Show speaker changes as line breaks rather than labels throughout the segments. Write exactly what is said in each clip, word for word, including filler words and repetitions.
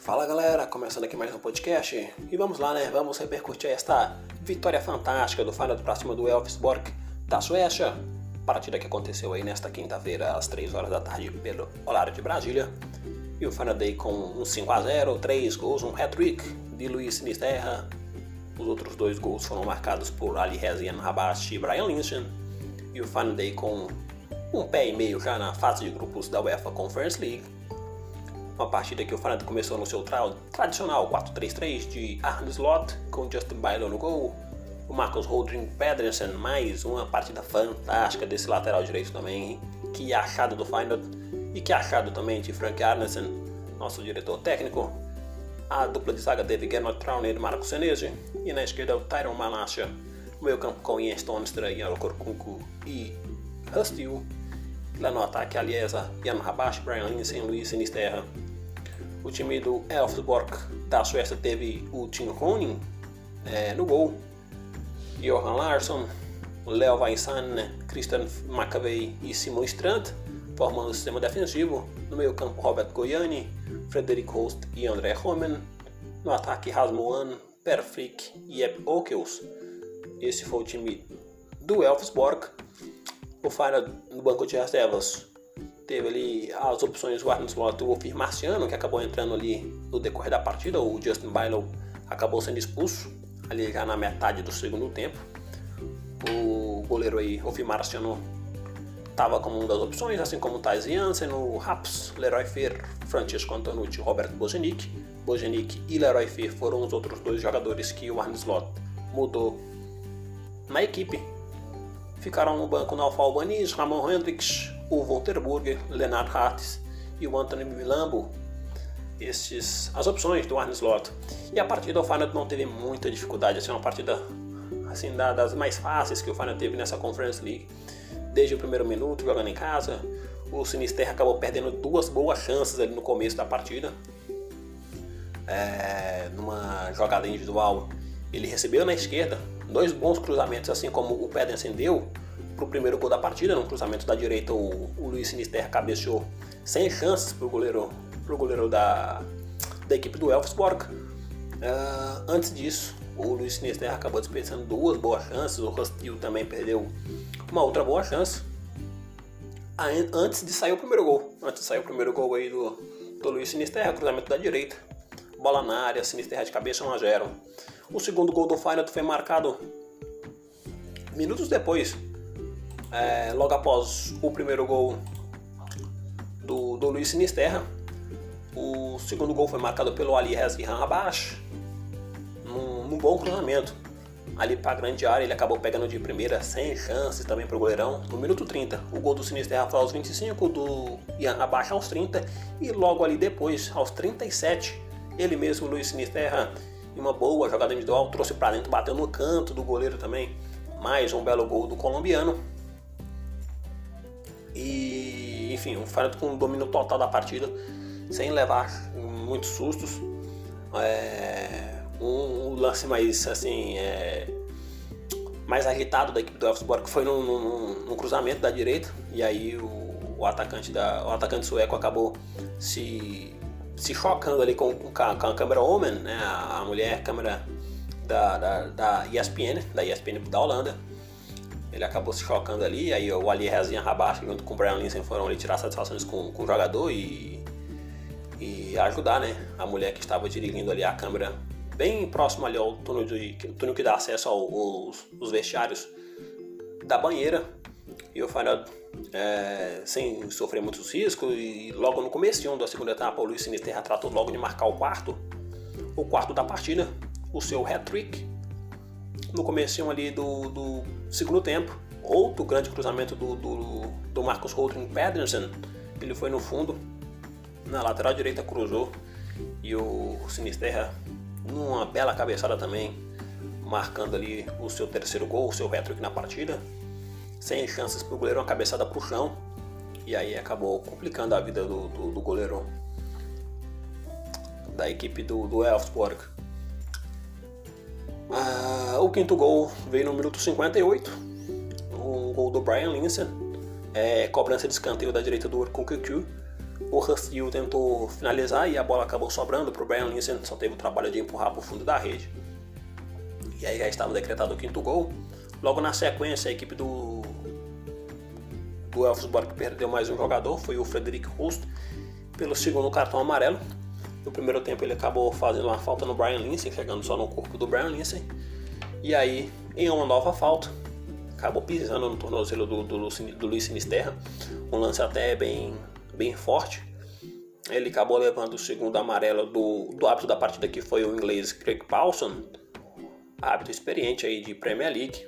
Fala galera, começando aqui mais um podcast e vamos lá, né? Vamos repercutir esta vitória fantástica do Feyenoord pra cima do Elfsborg da Suécia. Partida que aconteceu aí nesta quinta-feira às três horas da tarde pelo horário de Brasília. E o Feyenoord aí com um cinco a zero, três gols, um hat-trick de Luiz Sinisterra. Os outros dois gols foram marcados por Ali Rezian Rabashi e Brian Linssen. E o Feyenoord aí com um pé e meio já na fase de grupos da UEFA Conference League. Uma partida que o Feyenoord começou no seu tra- tradicional quatro três três de Arne Slot, com Justin Bijlow no gol, o Marcus Holdring Pedersen, mais uma partida fantástica desse lateral direito também, que achado do Feyenoord, e que achado também de Frank Arnesen, nosso diretor técnico. A dupla de zaga teve Gernot Trauner e Marco Senesi, e na esquerda o Tyron Malacia, o meio campo com Ian Stonestra, Jan Korkunku e Hustil. Lá no ataque, Aliesa, Jan Rabashi, Brian Linssen, Luiz Sinisterra. O time do Elfsborg da Suécia teve o Tim Ronin é, no gol, Johan Larsson, Leo Vaisane, Christian McAvey e Simon Strand formando o sistema defensivo. No meio campo, Robert Goiani, Frederik Holst e André Homen. No ataque, Rasmussen, Per Frick e Jeppe Aukels. Esse foi o time do Elfsborg. O Feyenoord no banco de reservas teve ali as opções do Arne Slot, o Ofir Marciano, que acabou entrando ali no decorrer da partida. O Justin Bijlow acabou sendo expulso ali já na metade do segundo tempo. O goleiro aí, Ofir Marciano, estava como uma das opções, assim como o Thijs Jansen, o Raps, Leroy Fer, Francesco Antonucci e Robert Bojanic. Bojanic e Leroy Fer foram os outros dois jogadores que o Arne Slot mudou na equipe. Ficaram no banco o Naufal Banis, Ramon Hendricks, o Walter Burger, Lennart Hartz e o Anthony Milambo. Esses as opções do Arne Slot. E a partida, o Feyenoord não teve muita dificuldade, assim, uma partida assim, das mais fáceis que o Feyenoord teve nessa Conference League. Desde o primeiro minuto, jogando em casa, o Sinisterra acabou perdendo duas boas chances ali no começo da partida. É, numa jogada individual, ele recebeu na esquerda dois bons cruzamentos, assim como o Pedersen deu para o primeiro gol da partida. No cruzamento da direita, o, o Luiz Sinisterra cabeceou sem chances para o goleiro, pro goleiro da, da equipe do Elfsborg. Uh, antes disso, o Luiz Sinisterra acabou desperdiçando duas boas chances. O Hustil também perdeu uma outra boa chance antes de sair o primeiro gol. Antes de sair o primeiro gol aí do, do Luiz Sinisterra, cruzamento da direita, bola na área, Sinisterra de cabeça, um a zero. O segundo gol do Feyenoord foi marcado minutos depois, é, logo após o primeiro gol do, do Luiz Sinisterra. O segundo gol foi marcado pelo Ali Rezian Rabashi, num, num bom cruzamento ali para a grande área. Ele acabou pegando de primeira, sem chances também para o goleirão. No minuto trinta, o gol do Sinisterra foi aos vinte e cinco, do Jan Rabashi aos trinta, e logo ali depois, aos trinta e sete, ele mesmo, Luiz Sinisterra, em uma boa jogada individual, trouxe para dentro, bateu no canto do goleiro também. Mais um belo gol do colombiano. E, enfim, um Feyenoord com um domínio total da partida, sem levar muitos sustos. É, um, um lance mais, assim, é, mais agitado da equipe do Elfsborg foi num, num, num cruzamento da direita. E aí o, o, atacante, da, o atacante sueco acabou se... se chocando ali com, com, a, com a câmera Omen, né, a, a mulher câmera da, da, da E S P N, da E S P N da Holanda. Ele acabou se chocando ali, aí o Ali Rezian Rabashi junto com o Brian Linssen foram ali tirar satisfações com, com o jogador e, e ajudar, né, a mulher que estava dirigindo ali a câmera bem próximo ali ao túnel, de, túnel que dá acesso aos, aos vestiários da banheira. E o Feyenoord, é, sem sofrer muitos riscos, e logo no começo da segunda etapa, o Luiz Sinisterra tratou logo de marcar o quarto, o quarto da partida, o seu hat-trick. No começo ali do, do segundo tempo, outro grande cruzamento do, do, do Marcus Holdring Pedersen. Ele foi no fundo, na lateral direita, cruzou, e o Sinisterra, numa bela cabeçada também, marcando ali o seu terceiro gol, o seu hat-trick na partida. Sem chances para o goleiro, uma cabeçada para o chão, e aí acabou complicando a vida do, do, do goleiro da equipe do, do Elfsborg. Ah, o quinto gol veio no minuto cinquenta e oito, um gol do Brian Linssen, é, cobrança de escanteio da direita do Orkun Kukü. O Hustle tentou finalizar e a bola acabou sobrando para o Brian Linsen, só teve o trabalho de empurrar para o fundo da rede. E aí já estava decretado o quinto gol. Logo na sequência, a equipe do, do Elfsborg perdeu mais um jogador, foi o Frederick Rust, pelo segundo cartão amarelo. No primeiro tempo ele acabou fazendo uma falta no Brian Linsen, chegando só no corpo do Brian Linsen. E aí, em uma nova falta, acabou pisando no tornozelo do, do, do Luiz Sinisterra, um lance até bem, bem forte. Ele acabou levando o segundo amarelo do, do árbitro da partida, que foi o inglês Craig Pawson, árbitro experiente aí de Premier League.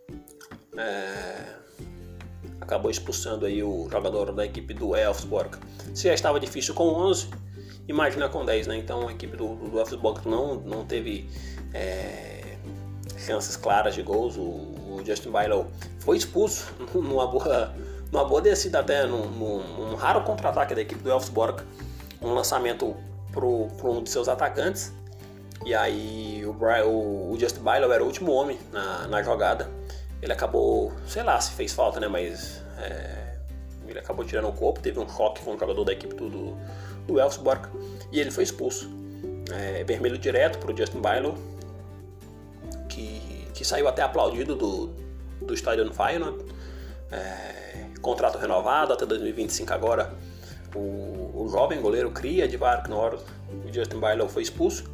É, acabou expulsando aí o jogador da equipe do Elfsborg. Se já estava difícil com onze, imagina com dez, né? Então a equipe do, do Elfsborg não, não teve é, chances claras de gols. O, o Justin Bijlow foi expulso numa boa, numa boa descida, até num, num, num raro contra-ataque da equipe do Elfsborg, um lançamento para um de seus atacantes. E aí o, Brian, o, o Justin Bijlow era o último homem na, na jogada. Ele acabou, sei lá se fez falta, né? Mas é, ele acabou tirando o corpo, teve um choque com o jogador da equipe do, do, do Elfsborg e ele foi expulso. É, vermelho direto para o Justin Bijlow, que, que saiu até aplaudido do, do Stadion Feyenoord. É, contrato renovado até dois mil e vinte e cinco agora. O, o jovem goleiro cria de Varknor, o Justin Bijlow, foi expulso.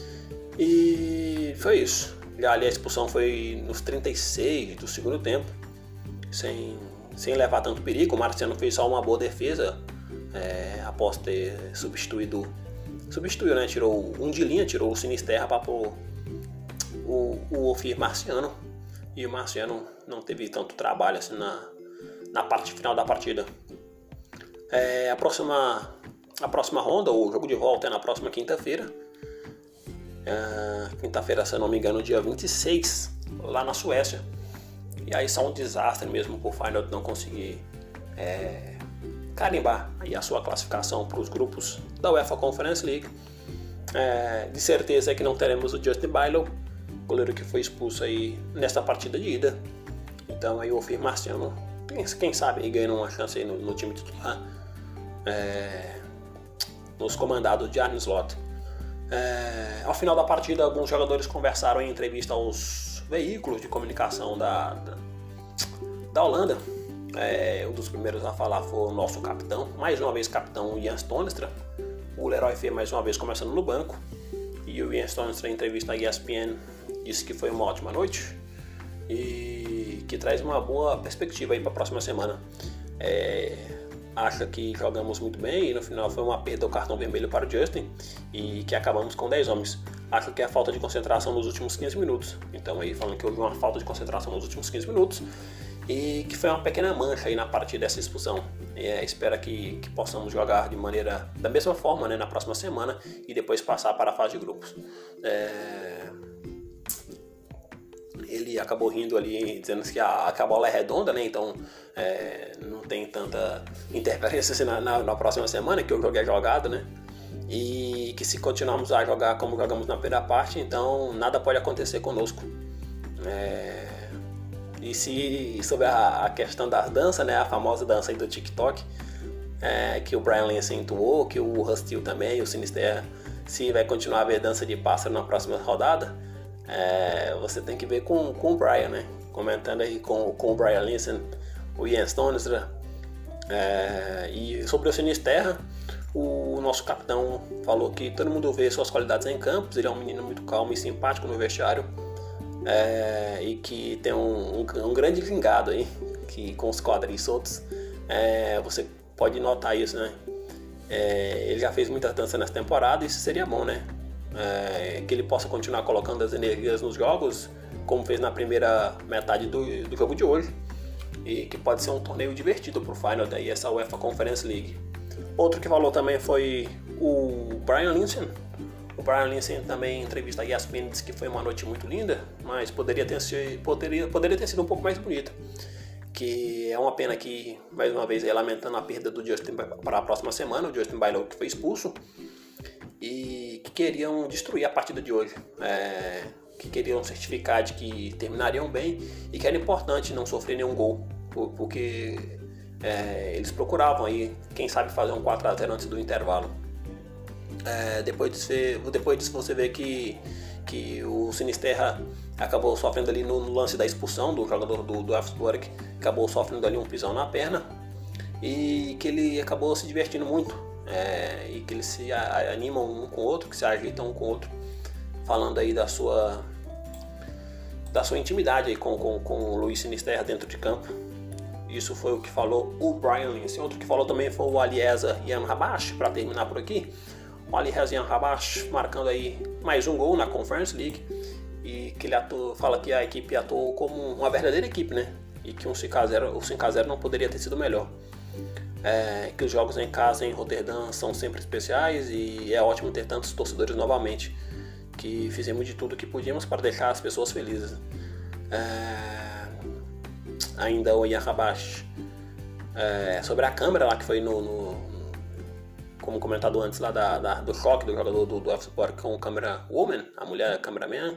E foi isso. Ali a expulsão foi nos trinta e seis do segundo tempo, sem, sem levar tanto perigo. O Marciano fez só uma boa defesa é, após ter substituído, substituiu, né? Tirou um de linha, tirou o Sinisterra para pôr o, o Ofir Marciano. E o Marciano não teve tanto trabalho assim na, na parte final da partida. É, a, próxima, a próxima ronda, o jogo de volta é na próxima quinta-feira. Uh, quinta-feira, se eu não me engano, dia vinte e seis, lá na Suécia. E aí só um desastre mesmo por Feyenoord não conseguir é, carimbar aí a sua classificação para os grupos da UEFA Conference League. É, de certeza é que não teremos o Justin Bijlow, goleiro que foi expulso aí nesta partida de ida. Então aí o Ofir Marciano, quem, quem sabe, ganhando uma chance aí no, no time titular, é, nos comandados de Arne Slot. É, ao final da partida, alguns jogadores conversaram em entrevista aos veículos de comunicação da, da, da Holanda. É, um dos primeiros a falar foi o nosso capitão, mais uma vez capitão Jens Toornstra. O Leroy Fer mais uma vez começando no banco. E o Jens Toornstra, em entrevista à E S P N, disse que foi uma ótima noite e que traz uma boa perspectiva para a próxima semana. É, acha que jogamos muito bem e no final foi uma perda do cartão vermelho para o Justin e que acabamos com dez homens. Acho que é a falta de concentração nos últimos quinze minutos. Então aí falando que houve uma falta de concentração nos últimos quinze minutos e que foi uma pequena mancha aí na parte dessa expulsão. É, espera que, que possamos jogar de maneira da mesma forma, né, na próxima semana e depois passar para a fase de grupos. É... Ele acabou rindo ali, dizendo que a, que a bola é redonda, né? Então é, não tem tanta interferência assim na, na, na próxima semana, que o jogo é jogado, né? E que se continuarmos a jogar como jogamos na primeira parte, então nada pode acontecer conosco. É, e se sobre a, a questão das danças, né? A famosa dança aí do TikTok, é, que o Brian Lee acentuou, que o Hustle também, o Sinisterra, se vai continuar a ver dança de pássaro na próxima rodada. É, você tem que ver com, com o Brian, né? Comentando aí com, com o Brian Linsen, o Jens Toornstra. É, e sobre o Sinisterra, o nosso capitão falou que todo mundo vê suas qualidades em campos. Ele é um menino muito calmo e simpático no vestiário, é, e que tem um, um, um grande gingado aí, que com os quadris soltos, é, você pode notar isso, né? É, ele já fez muita dança nessa temporada e isso seria bom, né? É, que ele possa continuar colocando as energias nos jogos, como fez na primeira metade do, do jogo de hoje, e que pode ser um torneio divertido para o Feyenoord aí, essa UEFA Conference League. Outro que falou também foi o Brian Linsen. O Brian Linsen também, em entrevista a E S P N, disse que foi uma noite muito linda, mas poderia ter, poderia, poderia ter sido um pouco mais bonita. Que é uma pena que, mais uma vez, aí, lamentando a perda do Justin para a próxima semana, o Justin Bijlow, que foi expulso, e que queriam destruir a partida de hoje, é, que queriam certificar de que terminariam bem e que era importante não sofrer nenhum gol, porque É, eles procuravam aí, quem sabe, fazer um quatro a zero antes do intervalo. É, depois, disso, depois disso você vê que, que o Sinisterra acabou sofrendo ali no, no lance da expulsão do jogador do, do Elfsborg, acabou sofrendo ali um pisão na perna, e que ele acabou se divertindo muito, é, e que eles se animam um com o outro, que se agitam um com o outro, falando aí da sua, da sua intimidade aí com, com, com o Luiz Sinisterra dentro de campo. Isso foi o que falou o Brian Lince. Outro que falou também foi o Alieza Janrabash, para terminar por aqui. O Alieza Janrabash marcando aí mais um gol na Conference League, e que ele atuou, fala que a equipe atuou como uma verdadeira equipe, né? E que um cinco a zero, o cinco a zero não poderia ter sido melhor. É, que os jogos em casa em Roterdã são sempre especiais, e é ótimo ter tantos torcedores novamente, que fizemos de tudo que podíamos para deixar as pessoas felizes. É, ainda o Janrabash, é, sobre a câmera lá que foi no, no como comentado antes lá da, da, do choque do jogador do, do Elfsborg com o camera woman, a mulher cameraman,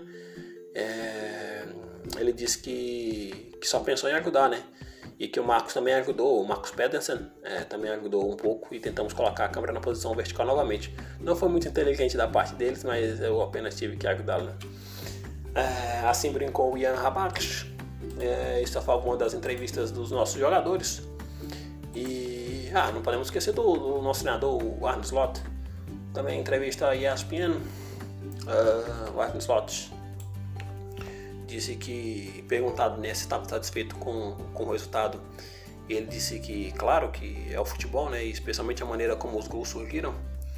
é, ele disse que, que só pensou em ajudar, né? E que o Marcos também ajudou, o Marcus Pedersen é, também ajudou um pouco, e tentamos colocar a câmera na posição vertical novamente. Não foi muito inteligente da parte deles, mas eu apenas tive que ajudá-lo, né? É, assim brincou o Janrabash. É, isso foi alguma das entrevistas dos nossos jogadores. E ah, não podemos esquecer do, do nosso treinador, o Arne Slot. Também entrevista a E S P N. Uh, o Arne Slot disse que, perguntado né, se estava satisfeito com, com o resultado, ele disse que, claro, que é o futebol, né, e especialmente a maneira como os gols surgiram.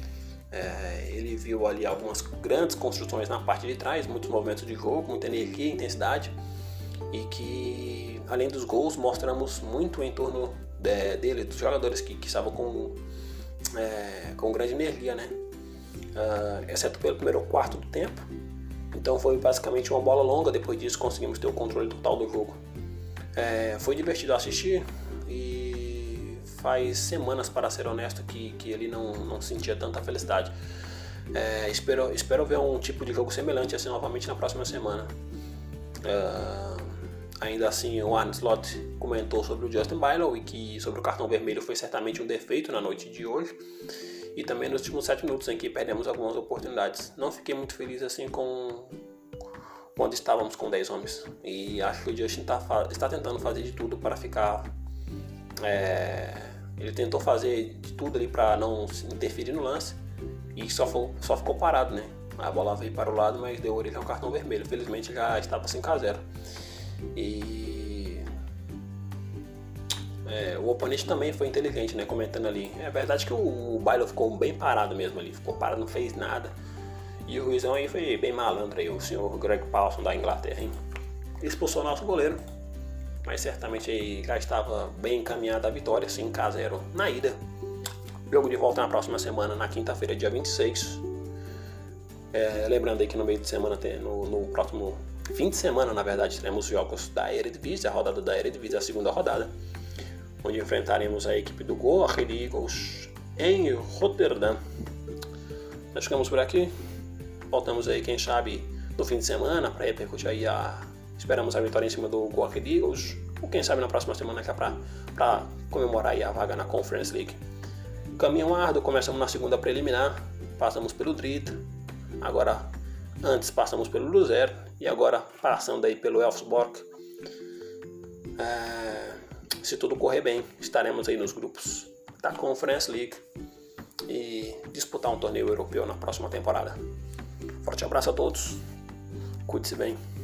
É, ele viu ali algumas grandes construções na parte de trás, muitos movimentos de jogo, muita energia e intensidade, e que, além dos gols, mostramos muito em torno de, dele, dos jogadores que, que estavam com, é, com grande energia, né? Uh, exceto pelo primeiro quarto do tempo. Então foi basicamente uma bola longa. Depois disso conseguimos ter o controle total do jogo. É, foi divertido assistir, e faz semanas, para ser honesto, que, que ele não, não sentia tanta felicidade. É, espero, espero ver um tipo de jogo semelhante assim novamente na próxima semana. Uh, ainda assim, o Arne Slot comentou sobre o Justin Bylow, e que sobre o cartão vermelho foi certamente um defeito na noite de hoje, e também nos últimos sete minutos em que perdemos algumas oportunidades. Não fiquei muito feliz assim com quando estávamos com dez homens, e acho que o Justin tá, está tentando fazer de tudo para ficar é, ele tentou fazer de tudo ali para não interferir no lance, e só, foi, só ficou parado, né? A bola veio para o lado, mas deu origem ao cartão vermelho. Felizmente já estava cinco a zero. E é, o oponente também foi inteligente, né? Comentando ali. É verdade que o, o Bylow ficou bem parado mesmo ali. Ficou parado, não fez nada. E o Ruizão aí foi bem malandro aí, o senhor Greg Paulson da Inglaterra, hein? Expulsou nosso goleiro. Mas certamente aí já estava bem encaminhada a vitória, cinco a zero na ida. Jogo de volta na próxima semana, na quinta-feira, dia vinte e seis. É, lembrando aí que no meio de semana, tem, no, no próximo fim de semana, na verdade, teremos jogos da Eredivisie, a rodada da Eredivisie, a segunda rodada, onde enfrentaremos a equipe do Go Ahead Eagles em Roterdã. Nós ficamos por aqui, voltamos aí, quem sabe, no fim de semana, para repercutir aí a... Esperamos a vitória em cima do Go Ahead Eagles, ou quem sabe na próxima semana, que é para comemorar aí a vaga na Conference League. Caminho árduo, começamos na segunda preliminar, passamos pelo Drita. Agora, antes passamos pelo Luzern, e agora passando aí pelo Elfsborg. É, se tudo correr bem, estaremos aí nos grupos da Conference League e disputar um torneio europeu na próxima temporada. Forte abraço a todos, cuide-se bem.